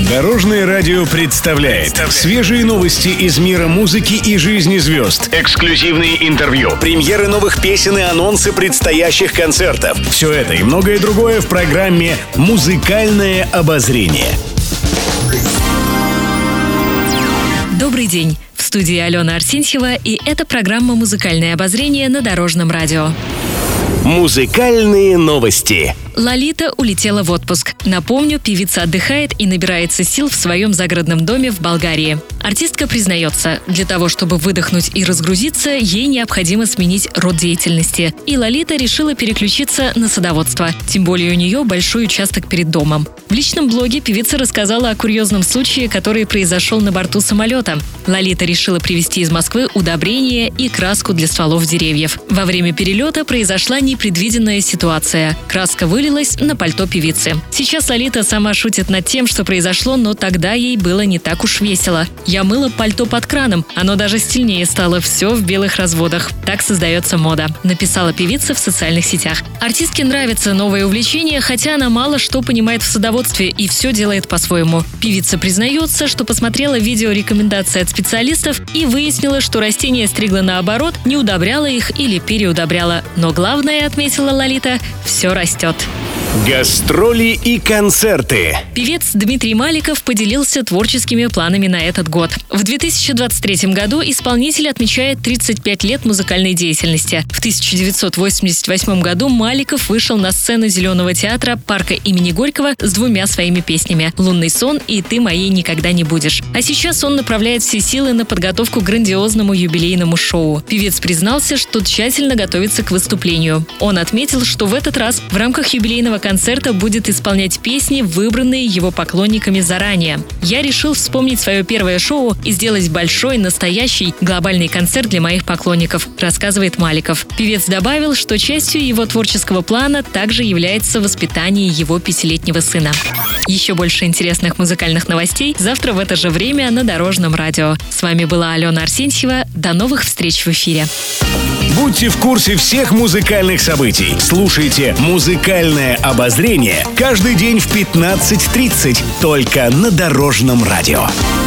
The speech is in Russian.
Дорожное радио представляет свежие новости из мира музыки и жизни звезд. Эксклюзивные интервью, премьеры новых песен и анонсы предстоящих концертов. Все это и многое другое в программе «Музыкальное обозрение». Добрый день! В студии Алена Арсентьева, и это программа «Музыкальное обозрение» на Дорожном радио. Музыкальные новости. Лолита улетела в отпуск. Напомню, певица отдыхает и набирается сил в своем загородном доме в Болгарии. Артистка признается, для того, чтобы выдохнуть и разгрузиться, ей необходимо сменить род деятельности. И Лолита решила переключиться на садоводство. Тем более у нее большой участок перед домом. В личном блоге певица рассказала о курьезном случае, который произошел на борту самолета. Лолита решила привезти из Москвы удобрения и краску для стволов деревьев. Во время перелета произошла непредвиденная ситуация. Краска вылилась на пальто певицы. Сейчас Лолита сама шутит над тем, что произошло, но тогда ей было не так уж весело. «Я мыла пальто под краном, оно даже стильнее стало, все в белых разводах. Так создается мода», — написала певица в социальных сетях. Артистке нравится новое увлечение, хотя она мало что понимает в садоводстве и все делает по-своему. Певица признается, что посмотрела видео рекомендаций от специалистов и выяснила, что растения стригла наоборот, не удобряла их или переудобряла. Но главное, отметила Лолита, все растет. Гастроли и концерты. Певец Дмитрий Маликов поделился творческими планами на этот год. В 2023 году исполнитель отмечает 35 лет музыкальной деятельности. В 1988 году Маликов вышел на сцену Зеленого театра парка имени Горького с двумя своими песнями «Лунный сон» и «Ты моей никогда не будешь». А сейчас он направляет все силы на подготовку к грандиозному юбилейному шоу. Певец признался, что тщательно готовится к выступлению. Он отметил, что в этот раз в рамках юбилейного концерта будет исполнять песни, выбранные его поклонниками заранее. «Я решил вспомнить свое первое шоу и сделать большой, настоящий, глобальный концерт для моих поклонников», рассказывает Маликов. Певец добавил, что частью его творческого плана также является воспитание его 5-летнего сына. Еще больше интересных музыкальных новостей завтра в это же время на Дорожном радио. С вами была Алена Арсентьева. До новых встреч в эфире. Будьте в курсе всех музыкальных событий. Слушайте «Музыкальное обозрение» каждый день в 15:30 только на Дорожном радио.